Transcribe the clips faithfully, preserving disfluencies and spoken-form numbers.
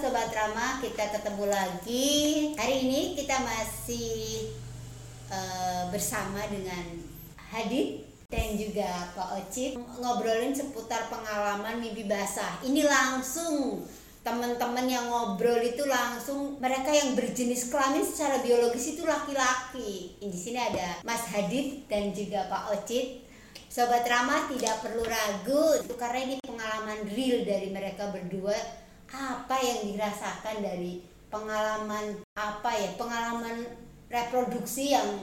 Sobat Rama, kita ketemu lagi. Hari ini kita masih uh, bersama dengan Hadid dan juga Pak Ocit, ngobrolin seputar pengalaman mimpi basah. Ini langsung teman-teman yang ngobrol itu langsung mereka yang berjenis kelamin secara biologis itu laki-laki. Di sini ada Mas Hadid dan juga Pak Ocit. Sobat Rama tidak perlu ragu karena ini pengalaman real dari mereka berdua. Apa yang dirasakan dari pengalaman apa ya pengalaman reproduksi yang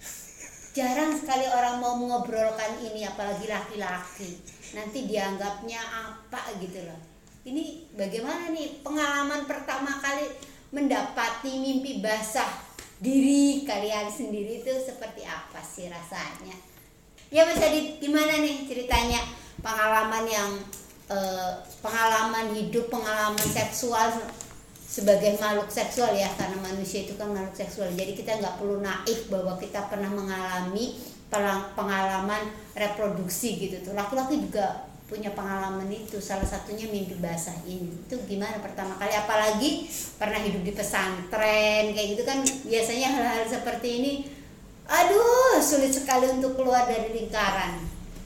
jarang sekali orang mau mengobrolkan ini, apalagi laki-laki. Nanti dianggapnya apa gitu loh. Ini bagaimana nih pengalaman pertama kali mendapati mimpi basah diri kalian sendiri itu seperti apa sih rasanya? Ya Mas Adit, gimana nih ceritanya pengalaman yang eh, pengalaman hidup, pengalaman seksual sebagai makhluk seksual ya, karena manusia itu kan makhluk seksual. Jadi kita nggak perlu naif bahwa kita pernah mengalami pengalaman reproduksi gitu tuh. Laki-laki juga punya pengalaman itu, salah satunya mimpi basah ini. Itu gimana pertama kali, apalagi pernah hidup di pesantren kayak gitu kan, biasanya hal-hal seperti ini aduh sulit sekali untuk keluar dari lingkaran.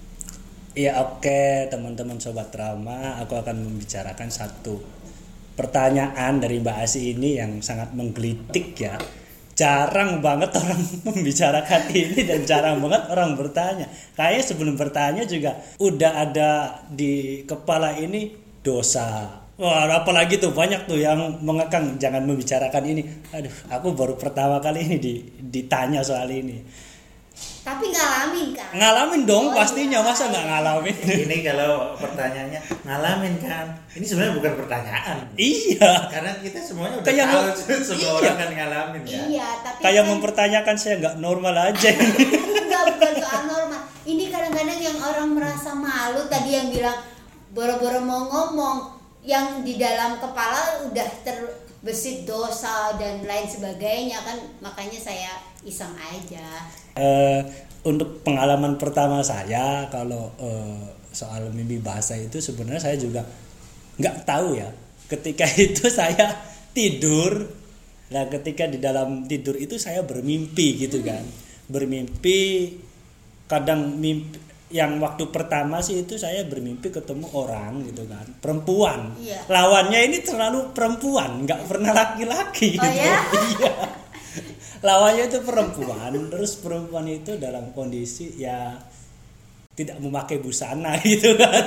Iya oke teman-teman Sobat Rama, aku akan membicarakan satu pertanyaan dari Mbak Asi ini yang sangat menggelitik ya. Jarang banget orang membicarakan ini dan jarang banget orang bertanya. Kayaknya sebelum bertanya juga udah ada di kepala ini dosa. Wah, apalagi tuh banyak tuh yang mengekang jangan membicarakan ini. Aduh, aku baru pertama kali ini di, ditanya soal ini. Tapi ngalamin kan? Ngalamin dong, oh, pastinya. iya. Masa nggak ngalamin? Ini kalau pertanyaannya ngalamin kan? Ini sebenarnya bukan pertanyaan. Iya. Karena kita semuanya udah Kayak tahu mem- semua iya. orang kan ngalamin ya. Iya, tapi Kayak kan mempertanyakan saya nggak normal aja. enggak, bukan soal normal. Ini kadang-kadang yang orang merasa malu, tadi yang bilang boro-boro mau ngomong, yang di dalam kepala udah terbesit dosa dan lain sebagainya kan, makanya saya iseng aja. Uh, untuk pengalaman pertama saya kalau uh, soal mimpi basah itu sebenarnya saya juga nggak tahu ya. Ketika itu saya tidur, nah ketika di dalam tidur itu saya bermimpi gitu kan, bermimpi kadang mimpi. Yang waktu pertama sih itu saya bermimpi ketemu orang gitu kan, perempuan. Iya. Lawannya ini terlalu perempuan, nggak pernah laki-laki gitu. Oh ya? Iya. Lawannya itu perempuan, terus perempuan itu dalam kondisi ya tidak memakai busana gitu kan.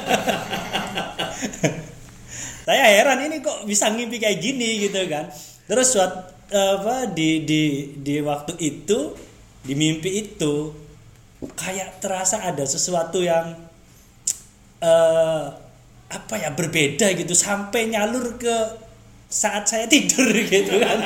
Saya heran ini kok bisa ngimpi kayak gini gitu kan. Terus suat, apa di di di waktu itu, di mimpi itu kayak terasa ada sesuatu yang uh, apa ya berbeda gitu sampai nyalur ke saat saya tidur gitu kan.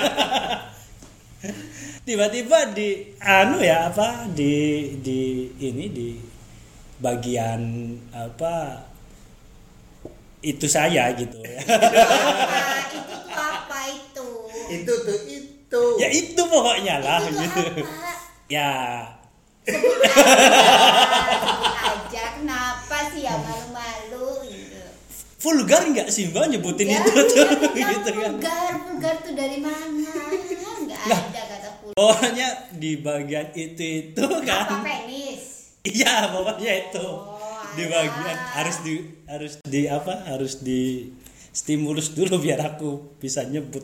Tiba-tiba di anu ya apa di di ini di bagian apa itu saya gitu ya. Nah, itu tuh apa itu? Itu tuh itu. Ya itu pokoknya lah Itu tuh gitu. apa? Ya Sebut aja, sebut aja. Kenapa sih ya malu-malu gitu? vulgar nggak sih Mbak nyebutin Ya, itu tuh ya, gitu kan. vulgar, vulgar tuh dari mana? Nggak Nah, ada kata vulgar. pokoknya di bagian itu itu kan. Apa penis? Iya pokoknya itu Oh, di alah. bagian harus di harus di apa harus di stimulus dulu biar aku bisa nyebut.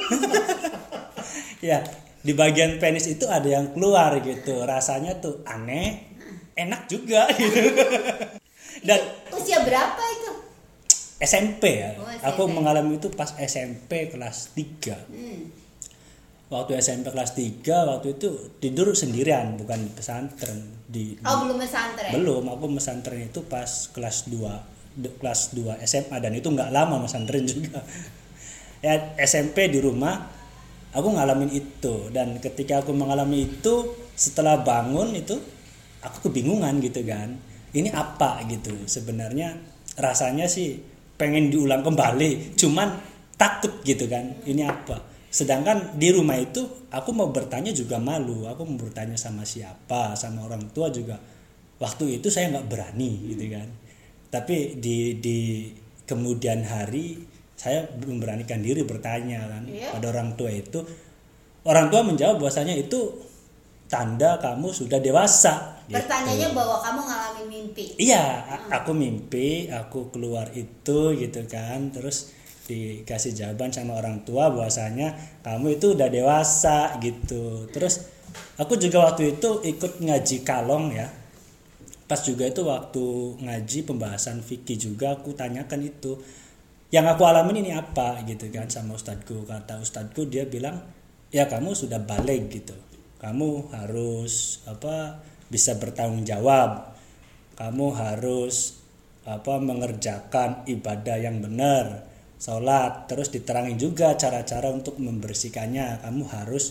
Ya di bagian penis itu ada yang keluar gitu, rasanya tuh aneh, enak juga gitu. Dan Itu usia berapa itu? S M P ya, Oh, S M P. aku mengalami itu pas S M P kelas tiga. Hmm. Waktu S M P kelas tiga waktu itu tidur sendirian, bukan di pesantren di, di Oh, belum pesantren. belum, aku pesantren itu pas kelas dua kelas dua S M A dan itu nggak lama pesantren juga. Ya S M P di rumah aku ngalamin itu, dan ketika aku mengalami itu setelah bangun itu aku kebingungan gitu kan. Ini apa gitu. Sebenarnya rasanya sih pengen diulang kembali, cuman takut gitu kan. Ini apa? Sedangkan di rumah itu aku mau bertanya juga malu. Aku mau bertanya sama siapa, sama orang tua juga. Waktu itu saya nggak berani gitu kan. Tapi di di kemudian hari saya memberanikan diri bertanya kan Iya. pada orang tua itu. Orang tua menjawab bahwasanya itu tanda kamu sudah dewasa. Bertanyanya gitu. bahwa kamu ngalamin mimpi. Iya, a- aku mimpi, aku keluar itu gitu kan. Terus dikasih jawaban sama orang tua bahwasanya kamu itu udah dewasa gitu. Terus aku juga waktu itu ikut ngaji kalong ya. Pas juga itu waktu ngaji pembahasan fikih juga aku tanyakan itu. Yang aku alamin ini apa gitu kan sama ustadku. Kata ustadku dia bilang, "Ya kamu sudah balik gitu. Kamu harus apa bisa bertanggung jawab. Kamu harus apa mengerjakan ibadah yang benar, sholat, terus diterangin juga cara-cara untuk membersihkannya. Kamu harus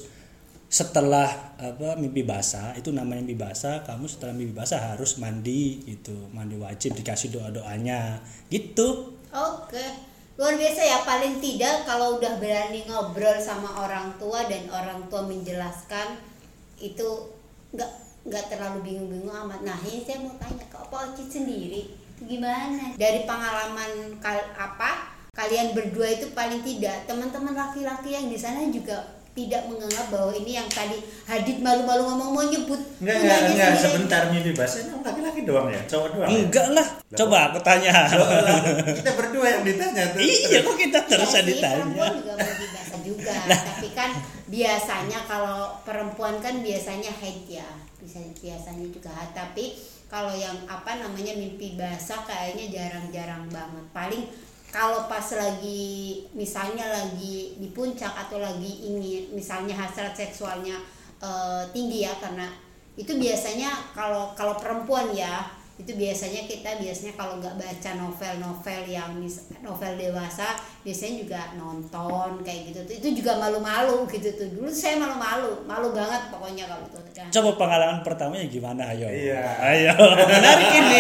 setelah apa mimpi basah, itu namanya mimpi basah, kamu setelah mimpi basah harus mandi gitu, mandi wajib, dikasih doa-doanya gitu." Oke, luar biasa ya. Paling tidak kalau udah berani ngobrol sama orang tua dan orang tua menjelaskan itu nggak nggak terlalu bingung-bingung amat. Nah ini saya mau tanya ke Pak Ocit sendiri, itu gimana dari pengalaman kal apa kalian berdua itu, paling tidak teman-teman laki-laki yang di sana juga tidak menganggap bahwa ini yang tadi Hadid malu-malu ngomong mau nyebut Enggak, enggak, punyanya enggak, sendiri. sebentar, mimpi basah emang laki-laki doang ya? Cowok doang ya? Enggak lah, coba aku tanya. Loh, lah, kita berdua yang ditanya tuh. Iya, kok kita terus Iya sih, ditanya. perempuan juga mimpi basah juga. Tapi kan biasanya kalau perempuan kan biasanya haid ya, bisa biasanya juga haid. Tapi kalau yang apa namanya mimpi basah kayaknya jarang-jarang banget. Paling kalau pas lagi misalnya lagi di puncak atau lagi ingin misalnya hasrat seksualnya eh, tinggi ya, karena itu biasanya kalau kalau perempuan ya itu biasanya kita biasanya kalau nggak baca novel-novel yang mis- novel dewasa biasanya juga nonton kayak gitu tuh, itu juga malu-malu gitu tuh. Dulu saya malu-malu malu banget pokoknya kalau itu kan. Coba pengalaman pertamanya gimana, ayo. Iya. Ayo, menarik ini.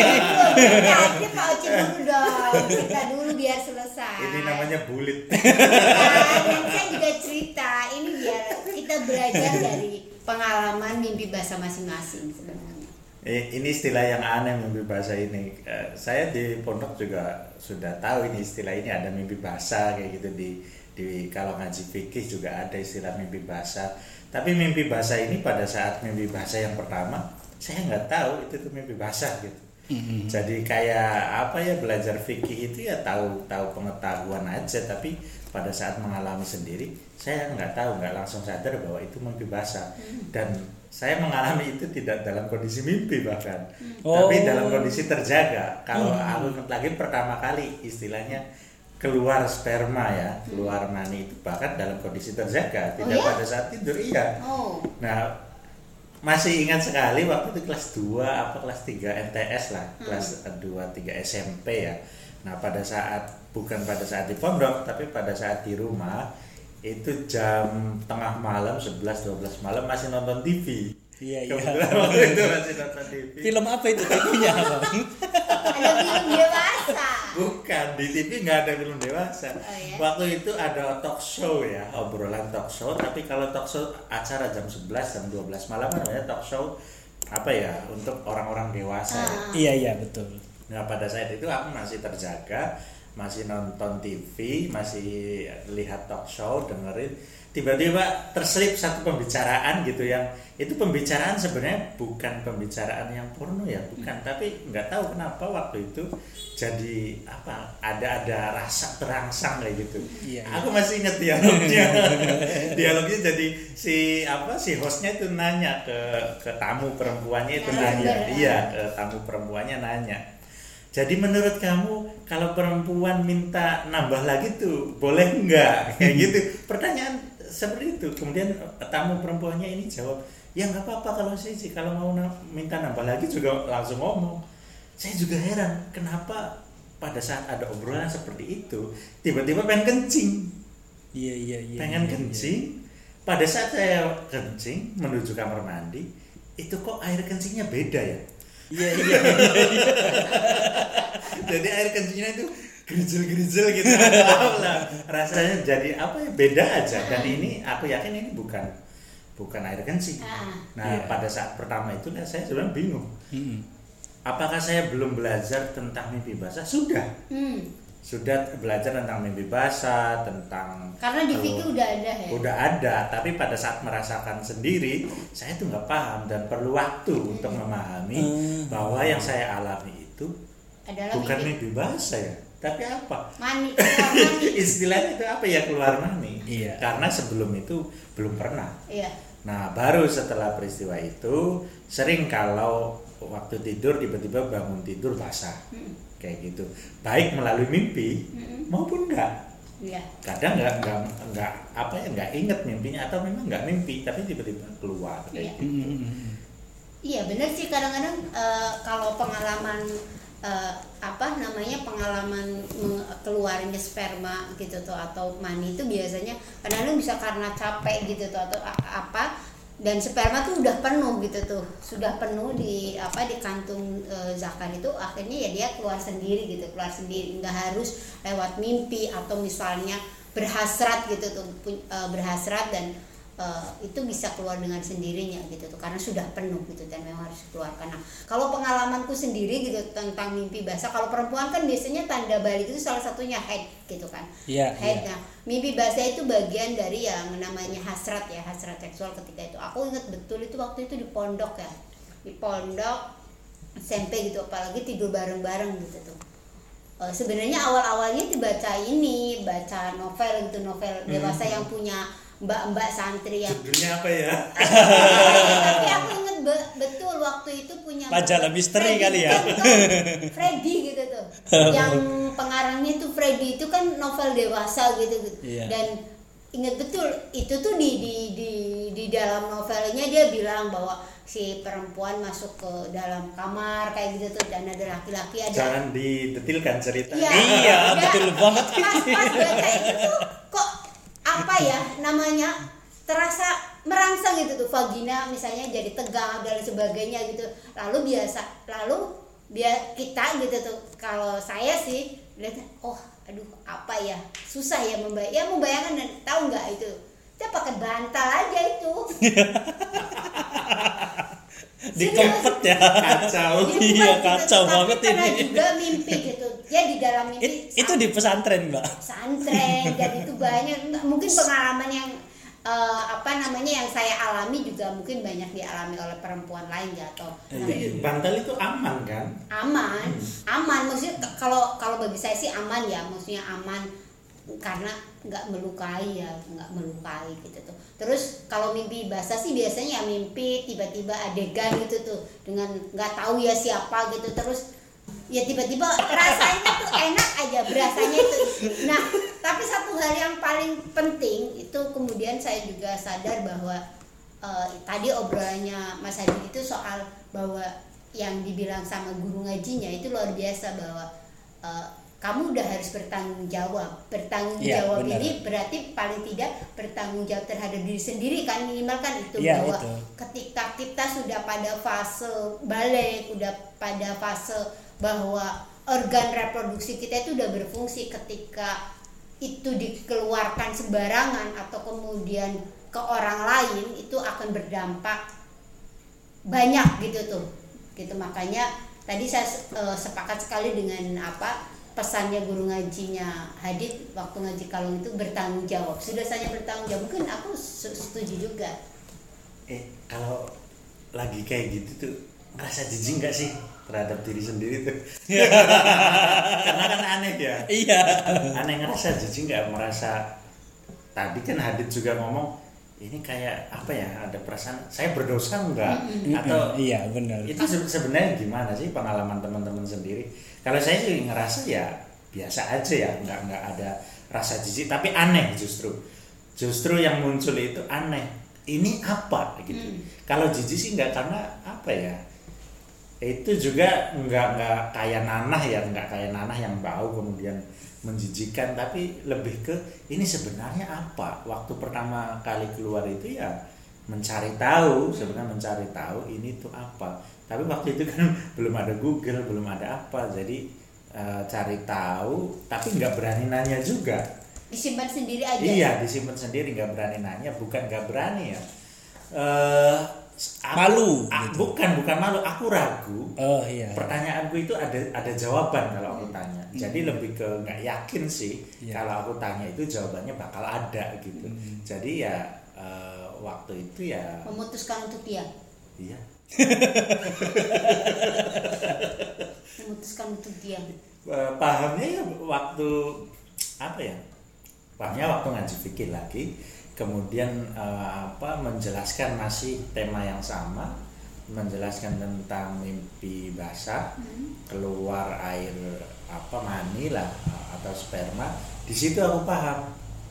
Nanti Pak Ocit dulu dong, kita dulu biar selesai. Ini namanya bulit. Nah, dan saya juga cerita ini biar kita belajar dari pengalaman mimpi basah masing-masing sebenarnya. Eh, Ini istilah yang aneh mimpi basah ini. Eh, saya di pondok juga sudah tahu ini istilah ini, ada mimpi basah kayak gitu di di kalau ngaji fikih juga ada istilah mimpi basah. Tapi mimpi basah ini pada saat mimpi basah yang pertama saya nggak tahu itu tuh mimpi basah gitu. Mm-hmm. Jadi kayak apa ya, belajar fikih itu ya tahu tahu pengetahuan aja, tapi pada saat mengalami sendiri saya nggak tahu, nggak langsung sadar bahwa itu mimpi basah. Dan saya mengalami itu tidak dalam kondisi mimpi bahkan, Oh. tapi dalam kondisi terjaga. Kalau Hmm. aku lagi pertama kali istilahnya keluar sperma ya, keluar mani itu bahkan dalam kondisi terjaga, tidak Oh, ya? pada saat tidur. Iya. Oh. Nah, masih ingat sekali waktu itu kelas dua apa kelas tiga M T S lah, Hmm. kelas dua tiga S M P ya. Nah, pada saat bukan pada saat di pondok, tapi pada saat di rumah itu jam tengah malam sebelas dua belas malam masih nonton T V. Iya, iya. Kebetulan waktu itu masih nonton T V. Film apa itu T V-nya, Bang? Ada film dewasa. Bukan, di T V nggak ada film dewasa. Oh, ya? Waktu itu ada talk show ya, obrolan talk show. Tapi kalau talk show acara jam sebelas, jam dua belas malam kan namanya talk show apa ya, untuk orang-orang dewasa ya. Ah. Iya, iya, betul. Nah, pada saat itu aku masih terjaga, masih nonton T V, masih lihat talk show, dengerin. Tiba-tiba terselip satu pembicaraan gitu yang itu pembicaraan sebenarnya bukan pembicaraan yang porno ya, bukan. Tapi nggak tahu kenapa waktu itu jadi apa, ada ada rasa terangsang kayak gitu. Iya, Aku masih ingat dialognya. Dialognya jadi si apa si hostnya itu nanya ke ke tamu perempuannya itu Narasumber, nanya, ya. iya ke tamu perempuannya nanya. Jadi menurut kamu kalau perempuan minta nambah lagi tuh boleh nggak? Kayak gitu. Pertanyaan seperti itu. Kemudian tamu perempuannya ini jawab, ya nggak apa-apa kalau sih sih kalau mau na- minta nambah lagi juga langsung ngomong. Saya juga heran kenapa pada saat ada obrolan seperti itu tiba-tiba pengen kencing, Iya, iya, iya. pengen iya, kencing. Pada saat saya kencing menuju kamar mandi itu kok air kencingnya beda ya. Iya, iya. Jadi air kencingnya itu gerijil-gerijil gitu. Tahu lah rasanya jadi apa ya, beda aja. Dan ini aku yakin ini bukan bukan air kencing. Ah. Nah, Iya. pada saat pertama itu lah saya sebenarnya bingung. Mm-mm. Apakah saya belum belajar tentang mimpi basah? Sudah. Hmm. sudah belajar tentang mimpi basah, tentang karena di fikih udah ada ya. Udah ada, tapi pada saat merasakan sendiri, saya tuh nggak paham dan perlu waktu hmm. untuk memahami hmm. bahwa yang saya alami itu adalah bukan mimpi, mimpi basah ya, tapi apa? Mani. mani. Istilahnya itu apa ya, keluar mani. Iya. Karena sebelum itu belum pernah. Iya. Nah, baru setelah peristiwa itu sering kalau waktu tidur tiba-tiba bangun tidur basah. Hmm. Kayak gitu, baik melalui mimpi mm-hmm. maupun enggak. Iya. Kadang enggak enggak enggak apa ya enggak inget mimpinya atau memang enggak mimpi tapi tiba-tiba keluar kayak iya. gitu. Mm-hmm. Iya benar sih, kadang-kadang uh, kalau pengalaman uh, apa namanya pengalaman keluarnya sperma gitu tuh atau mani itu biasanya kadang-kadang bisa karena capek gitu tuh atau apa, dan sperma tuh udah penuh gitu tuh, sudah penuh di apa di kantung e, zakar itu, akhirnya ya dia keluar sendiri gitu, keluar sendiri, nggak harus lewat mimpi atau misalnya berhasrat gitu tuh, e, berhasrat dan e, itu bisa keluar dengan sendirinya gitu tuh, karena sudah penuh gitu dan memang harus dikeluarkan. Nah, kalau pengalamanku sendiri gitu tentang mimpi basah, kalau perempuan kan biasanya tanda balik itu salah satunya haid gitu kan. Iya. Haid. Yeah. Nah, mimpi basah itu bagian dari yang namanya hasrat ya, hasrat seksual ketika itu. Aku ingat betul itu waktu itu di pondok ya, di pondok S M P gitu, apalagi tidur bareng-bareng gitu tuh. E, sebenarnya awal-awalnya dibaca ini, baca novel gitu, novel dewasa hmm. yang punya mbak-mbak santri yang. Judulnya apa ya? Tapi aku ingat be- betul waktu itu punya majalah misteri Freddy, kali ya. Kan, kan, Freddy gitu tuh. Yang pengarangnya tuh Freddy itu kan novel dewasa gitu gitu. Yeah. Dan ingat betul itu tuh di di di di dalam novelnya dia bilang bahwa si perempuan masuk ke dalam kamar kayak gitu tuh, dan ada laki-laki ada. Jangan didetilkan ceritanya. Iya, iya betul banget. Pas pas baca itu tuh kok apa ya namanya terasa merangsang gitu tuh, vagina misalnya jadi tegang dan sebagainya gitu. Lalu biasa lalu biar kita gitu tuh, kalau saya sih lihat, oh aduh apa ya, susah ya membayang ya membayangkan, dan tahu nggak itu kita pakai bantal aja itu. Dikempet ya, kacau. Ya, iya gitu, kacau banget ini. Karena ini. juga mimpi gitu, ya di dalam mimpi. It, itu di pesantren mbak. Pesantren, dan itu banyak mungkin pengalaman yang uh, apa namanya yang saya alami juga mungkin banyak dialami oleh perempuan lain ya, atau Jadi bantal itu aman kan? Aman, aman. Maksudnya kalau kalau bagi saya sih aman ya, maksudnya aman karena nggak melukai ya, nggak melukai gitu tuh. Terus kalau mimpi basah sih biasanya ya mimpi tiba-tiba adegan gitu tuh dengan nggak tahu ya siapa gitu, terus ya tiba-tiba rasanya tuh enak aja berasanya itu. Nah, tapi satu hal yang paling penting itu kemudian saya juga sadar bahwa uh, tadi obrolannya Mas Hadi itu soal bahwa yang dibilang sama guru ngajinya itu luar biasa, bahwa uh, kamu udah harus bertanggung jawab. Bertanggung ya, jawab benar. ini berarti paling tidak bertanggung jawab terhadap diri sendiri kan, minimal kan itu ya, bahwa itu. ketika kita sudah pada fase balik, udah pada fase bahwa organ reproduksi kita itu udah berfungsi, ketika itu dikeluarkan sembarangan atau kemudian ke orang lain itu akan berdampak banyak gitu tuh. Gitu, makanya tadi saya uh, sepakat sekali dengan apa pesannya guru ngajinya Hadid waktu ngaji kalung itu, bertanggung jawab. Sudah saja bertanggung jawab, mungkin aku setuju juga. Eh kalau lagi kayak gitu tuh ngerasa jijik nggak sih terhadap diri sendiri tuh? Karena kan aneh ya. Iya. Aneh, ngerasa jijik nggak, merasa tadi kan Hadid juga ngomong ini kayak apa ya, ada perasaan saya berdosa enggak, mm-hmm. atau iya benar. Itu sebenarnya gimana sih pengalaman teman-teman sendiri? Kalau saya sih ngerasa ya biasa aja ya, nggak nggak ada rasa jijik, tapi aneh justru. Justru yang muncul itu aneh. Ini apa gitu? Hmm. Kalau jijik sih nggak, karena apa ya? Itu juga nggak nggak kayak nanah ya, nggak kayak nanah yang bau kemudian menjijikan, tapi lebih ke ini sebenarnya apa? Waktu pertama kali keluar itu ya mencari tahu, sebenarnya mencari tahu ini tuh apa. Tapi waktu itu kan belum ada Google, belum ada apa, jadi e, cari tahu, tapi nggak berani nanya juga. Disimpan sendiri aja. Iya, disimpan sendiri, nggak berani nanya, bukan nggak berani ya. E, aku, malu a, gitu. bukan bukan malu, aku ragu. Oh iya. Pertanyaanku itu ada ada jawaban kalau aku tanya. Hmm. Jadi lebih ke nggak yakin sih Iya. kalau aku tanya itu jawabannya bakal ada gitu. Hmm. Jadi ya eh, waktu itu ya Memutuskan untuk diam. iya. Memutuskan untuk diam. Eh, pahamnya ya waktu apa ya? Pahamnya waktu ngaji fikih lagi, kemudian eh, apa menjelaskan masih tema yang sama, menjelaskan tentang mimpi basah, Hmm. keluar air apa mani lah atau sperma. Di situ aku paham.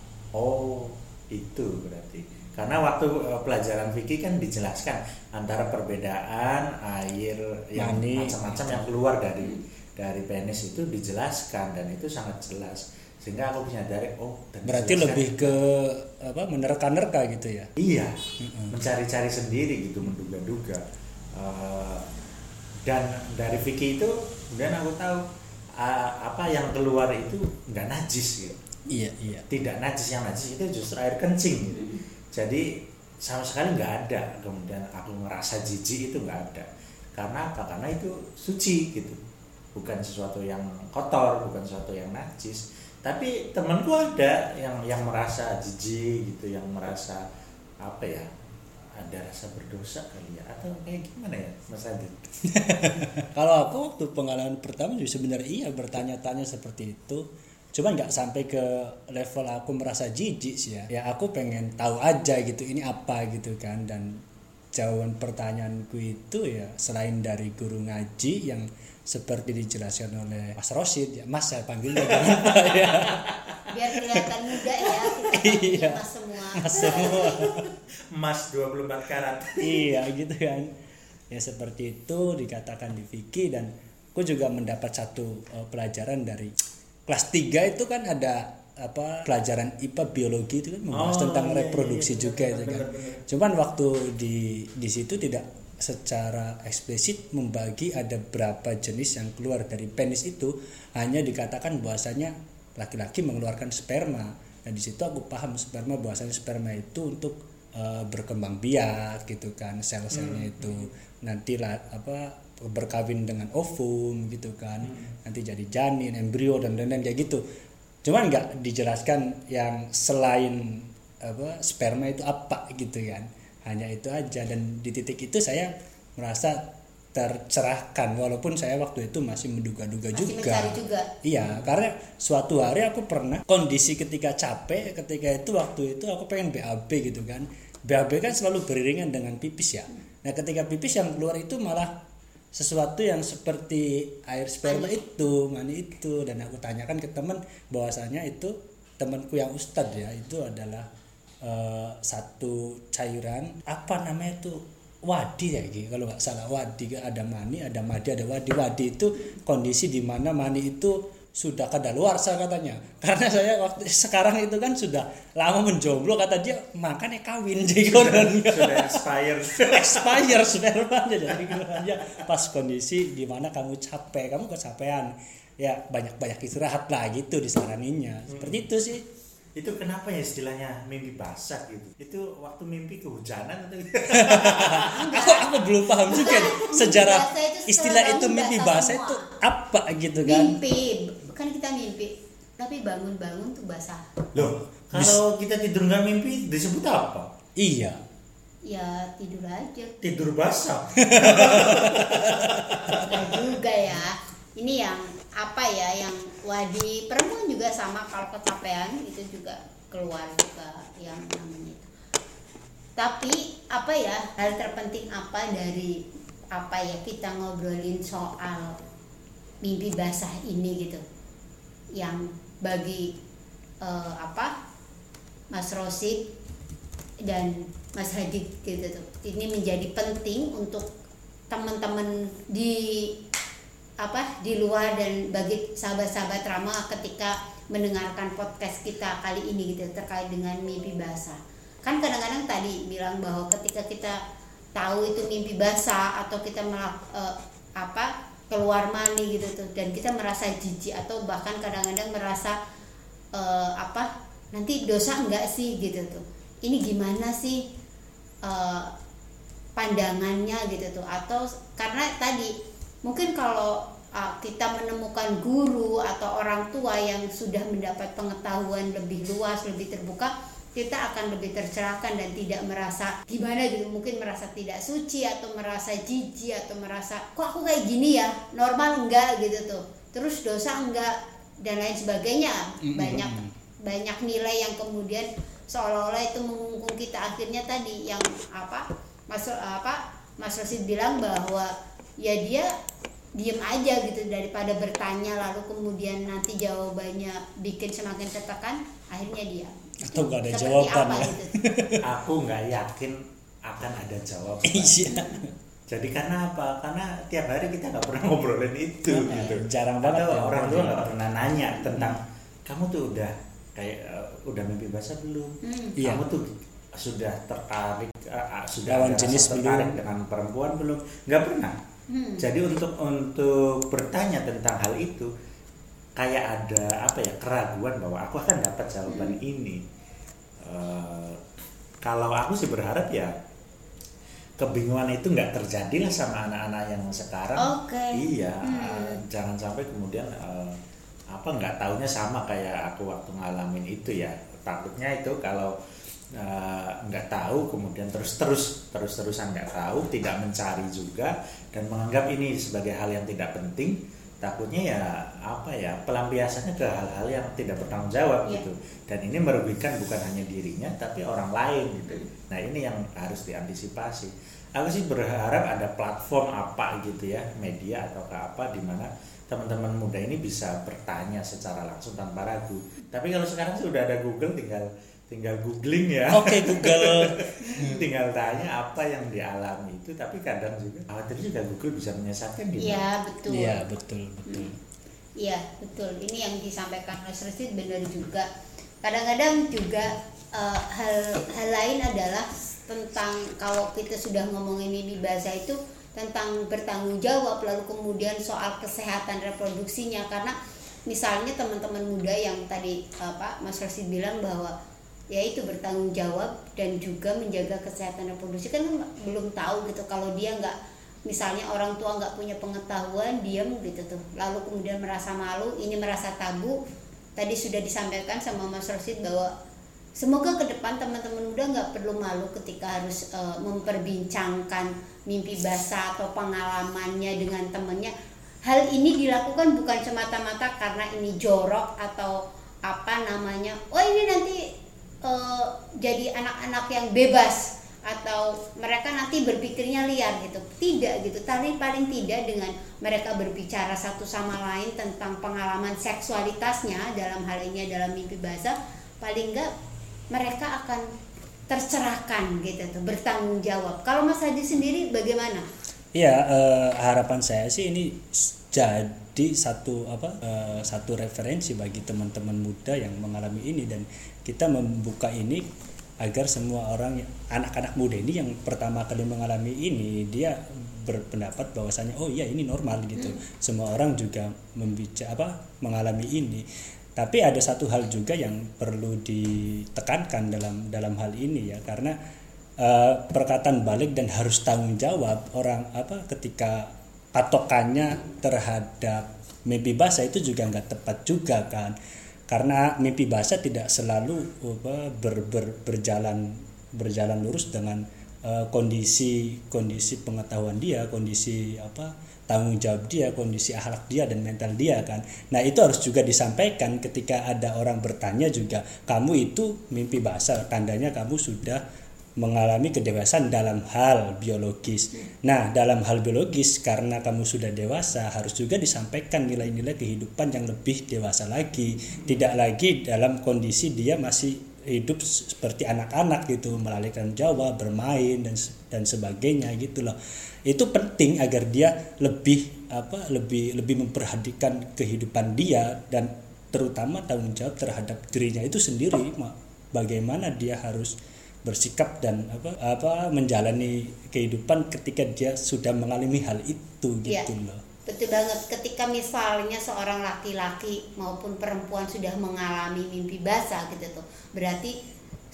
Oh, itu berarti. Karena waktu eh, pelajaran fikih kan dijelaskan antara perbedaan air yang Mani. macam-macam yang keluar dari dari penis itu dijelaskan dan itu sangat jelas. Sehingga aku bisa dari oh dan Berarti dijelaskan. lebih ke apa menerka-nerka gitu ya. Iya, Mm-mm. mencari-cari sendiri gitu, menduga-duga. Uh, dan dari fikih itu kemudian aku tahu uh, apa yang keluar itu nggak najis gitu. Iya, iya. Tidak najis, yang najis itu justru air kencing gitu. Jadi sama sekali nggak ada. Kemudian aku ngerasa jijik itu nggak ada. Karena apa? Karena itu suci gitu. Bukan sesuatu yang kotor, bukan sesuatu yang najis. Tapi temanku ada yang yang merasa jijik gitu, yang merasa apa ya, ada rasa berdosa kali ya, atau kayak gimana ya Mas Adit? Kalau aku waktu pengalaman pertama juga sebenarnya iya bertanya-tanya seperti itu. Cuman nggak sampai ke level aku merasa jijik sih ya. Ya aku pengen tahu aja gitu ini apa gitu kan. Dan jawaban pertanyaanku itu ya selain dari guru ngaji yang seperti dijelaskan oleh Mas Rosid ya, Mas saya panggilnya jangan Pak ya. Biar kelihatan muda ya kita Iya. mas semua. Mas semua. Emas dua puluh empat karat. Iya gitu kan. Ya seperti itu dikatakan di fikih dan aku juga mendapat satu uh, pelajaran dari kelas tiga itu kan ada apa pelajaran I P A biologi itu kan membahas Oh, tentang iya, reproduksi iya, juga benar, itu kan. benar, benar. Cuman waktu di di situ tidak secara eksplisit membagi ada berapa jenis yang keluar dari penis itu, hanya dikatakan bahwasanya laki-laki mengeluarkan sperma. Nah di situ aku paham sperma bahwasanya sperma itu untuk uh, berkembang biak gitu kan, sel-selnya Hmm. itu nanti lah apa berkawin dengan ovum gitu kan, Hmm. nanti jadi janin, embrio dan lain-lain kayak gitu. Cuman nggak dijelaskan yang selain apa sperma itu apa gitu kan, hanya itu aja. Dan di titik itu saya merasa tercerahkan walaupun saya waktu itu masih menduga-duga Masih juga. mencari juga. Iya, karena suatu hari aku pernah kondisi ketika capek, ketika itu waktu itu aku pengen B A B gitu kan. B A B kan selalu beriringan dengan pipis ya. Nah, ketika pipis yang keluar itu malah sesuatu yang seperti air sperma Mani. itu, mani itu, dan aku tanyakan ke teman bahwasanya itu temanku yang ustadz ya, itu adalah uh, satu cairan apa namanya itu wadi ya gitu kalau nggak salah, wadi ada mani, ada madi, ada wadi. Wadi itu kondisi di mana mani itu sudah kadaluarsa katanya. Karena saya waktu sekarang itu kan sudah lama menjomblo, kata dia makanya kawin jadi Sudah expired. expire spermanya. Jadi aja pas kondisi di mana kamu capek, kamu kecapean, ya banyak-banyak istirahat lah gitu disaraninya. Seperti itu sih. Itu kenapa ya istilahnya mimpi basah gitu? Itu waktu mimpi kehujanan atau aku aku belum paham juga Bukan, sejarah mimpi basah itu istilah setelah itu bangun mimpi basah basah semua. itu apa gitu kan. Mimpi, kan kita mimpi, tapi bangun-bangun tuh basah. Loh, kalau kita tidur nggak mimpi disebut apa? Iya. Ya tidur aja. Tidur basah. Enggak juga ya. Ini yang apa ya, yang wadi perempuan juga sama, kalau kecapean itu juga keluar juga yang namanya itu. Tapi apa ya, hal terpenting apa dari apa ya kita ngobrolin soal mimpi basah ini gitu, yang bagi eh, apa Mas Rosid dan Mas Hadid gitu tuh, ini menjadi penting untuk teman-teman di apa di luar dan bagi sahabat-sahabat Rama ketika mendengarkan podcast kita kali ini gitu terkait dengan mimpi basah. Kan kadang-kadang tadi bilang bahwa ketika kita tahu itu mimpi basah atau kita melak, eh, apa keluar mani gitu tuh, dan kita merasa jijik atau bahkan kadang-kadang merasa eh, apa nanti dosa enggak sih gitu tuh. Ini gimana sih eh, pandangannya gitu tuh, atau karena tadi mungkin kalau uh, kita menemukan guru atau orang tua yang sudah mendapat pengetahuan lebih luas, lebih terbuka, kita akan lebih tercerahkan dan tidak merasa gimana gitu, mungkin merasa tidak suci atau merasa jijik atau merasa kok aku kayak gini ya, normal enggak gitu tuh, terus dosa enggak dan lain sebagainya. Banyak banyak nilai yang kemudian seolah-olah itu mengungkung kita. Akhirnya tadi yang apa Mas apa Mas Rosid bilang bahwa ya dia diem aja gitu daripada bertanya lalu kemudian nanti jawabannya bikin semakin tertekan, akhirnya dia atau nggak ada seperti jawaban apa ya? Gitu. Aku nggak yakin akan ada jawaban. Iya. Jadi karena apa? Karena tiap hari kita nggak pernah ngobrolin itu Nah, gitu. jarang banget Atau ya, orang tua ngobrolin. nggak pernah nanya tentang kamu tuh udah kayak uh, udah mimpi basah belum? Hmm. Iya. Kamu tuh sudah tertarik uh, uh, sudah Lawan ada rasa jenis tertarik belum? dengan perempuan belum? Nggak pernah. Hmm. Jadi untuk untuk bertanya tentang hal itu kayak ada apa ya, keraguan bahwa aku akan dapat jawaban Hmm. ini. Uh, kalau aku sih berharap ya kebingungan itu nggak terjadilah sama anak-anak yang sekarang. Oke. Iya, Hmm. uh, jangan sampai kemudian uh, apa nggak taunya sama kayak aku waktu ngalamin itu ya. Takutnya itu kalau uh, nggak tahu kemudian terus terus terus terusan nggak tahu, tidak mencari juga dan menganggap ini sebagai hal yang tidak penting. Takutnya ya apa ya, pelampiasannya ke hal-hal yang tidak bertanggung jawab Yeah. gitu, dan ini merugikan bukan hanya dirinya tapi orang lain gitu. Nah ini yang harus diantisipasi. Aku sih berharap ada platform apa gitu ya, media atau apa di mana teman-teman muda ini bisa bertanya secara langsung tanpa ragu. Tapi kalau sekarang sudah ada Google, tinggal tinggal googling ya. Oke, Google. Tinggal tanya apa yang dialami itu, tapi kadang juga khawatir juga Google bisa menyesatkan gitu. Iya betul. Iya, betul, betul. Iya betul. Ini yang disampaikan Mas Rosid benar juga. Kadang-kadang juga uh, hal hal lain adalah tentang kalau kita sudah ngomongin mimpi basah itu tentang bertanggung jawab, lalu kemudian soal kesehatan reproduksinya. Karena misalnya teman-teman muda yang tadi apa Mas Rosid bilang bahwa yaitu bertanggung jawab dan juga menjaga kesehatan reproduksi, kan belum tahu gitu kalau dia nggak, misalnya orang tua nggak punya pengetahuan, diam gitu tuh, lalu kemudian merasa malu, ini merasa tabu. Tadi sudah disampaikan sama Mas Rosid bahwa semoga ke depan teman-teman muda nggak perlu malu ketika harus uh, memperbincangkan mimpi basah atau pengalamannya dengan temannya. Hal ini dilakukan bukan semata-mata karena ini jorok atau apa namanya, oh ini nanti uh, jadi anak-anak yang bebas atau mereka nanti berpikirnya liar gitu. Tidak gitu. Tapi paling tidak dengan mereka berbicara satu sama lain tentang pengalaman seksualitasnya, dalam hal ini dalam mimpi basah, paling enggak mereka akan tercerahkan gitu tuh, bertanggung jawab. Kalau Mas Hadi sendiri bagaimana? Iya, eh, harapan saya sih ini jadi satu apa eh, satu referensi bagi teman-teman muda yang mengalami ini, dan kita membuka ini agar semua orang, anak-anak muda ini yang pertama kali mengalami ini, dia berpendapat bahwasanya oh iya ini normal gitu. Hmm. Semua orang juga membicara apa mengalami ini. Tapi ada satu hal juga yang perlu ditekankan dalam dalam hal ini ya, karena uh, perkataan balik dan harus tanggung jawab orang apa ketika patokannya terhadap mimpi basah itu juga nggak tepat juga kan, karena mimpi basah tidak selalu apa, ber, ber, berjalan berjalan lurus dengan uh, kondisi kondisi pengetahuan dia, kondisi apa tanggung jawab dia, kondisi akhlak dia dan mental dia kan. Nah itu harus juga disampaikan ketika ada orang bertanya juga, kamu itu mimpi basah, tandanya kamu sudah mengalami kedewasaan dalam hal biologis. Nah dalam hal biologis karena kamu sudah dewasa, harus juga disampaikan nilai-nilai kehidupan yang lebih dewasa lagi, tidak lagi dalam kondisi dia masih hidup seperti anak-anak gitu, melalaikan Jawa, bermain dan dan sebagainya gitu loh. Itu penting agar dia lebih apa lebih lebih memperhatikan kehidupan dia dan terutama tanggung jawab terhadap dirinya itu sendiri, bagaimana dia harus bersikap dan apa apa menjalani kehidupan ketika dia sudah mengalami hal itu gitu ya, loh. Betul banget. Ketika misalnya seorang laki-laki maupun perempuan sudah mengalami mimpi basah gitu tuh, berarti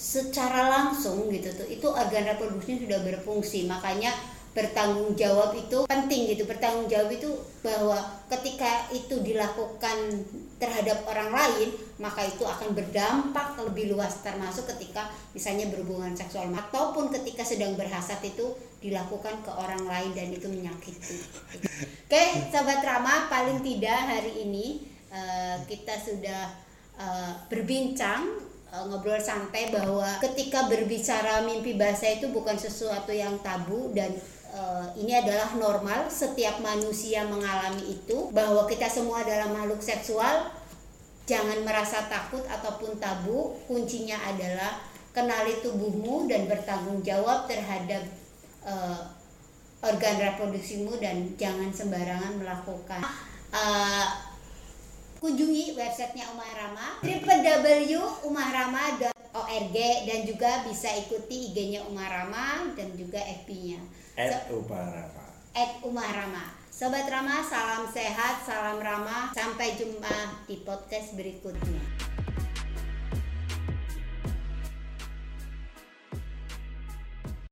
secara langsung gitu tuh itu organ reproduksinya sudah berfungsi. Makanya bertanggung jawab itu penting gitu. Bertanggung jawab itu bahwa ketika itu dilakukan terhadap orang lain, maka itu akan berdampak lebih luas, termasuk ketika misalnya berhubungan seksual ataupun ketika sedang berhasad itu dilakukan ke orang lain dan itu menyakiti. Oke, Sobat Rama, paling tidak hari ini uh, kita sudah uh, berbincang, uh, ngobrol santai bahwa ketika berbicara mimpi basah itu bukan sesuatu yang tabu dan Uh, ini adalah normal, setiap manusia mengalami itu, bahwa kita semua adalah makhluk seksual. Jangan merasa takut ataupun tabu. Kuncinya adalah kenali tubuhmu dan bertanggung jawab terhadap uh, organ reproduksimu dan jangan sembarangan melakukan. Uh, kunjungi websitenya Umah Rama w w w titik umah rama titik org dan juga bisa ikuti I G-nya Umah Rama dan juga F B-nya at Umah Rama. at Umah Rama. Sobat Rama, salam sehat, salam ramah. Sampai jumpa di podcast berikutnya.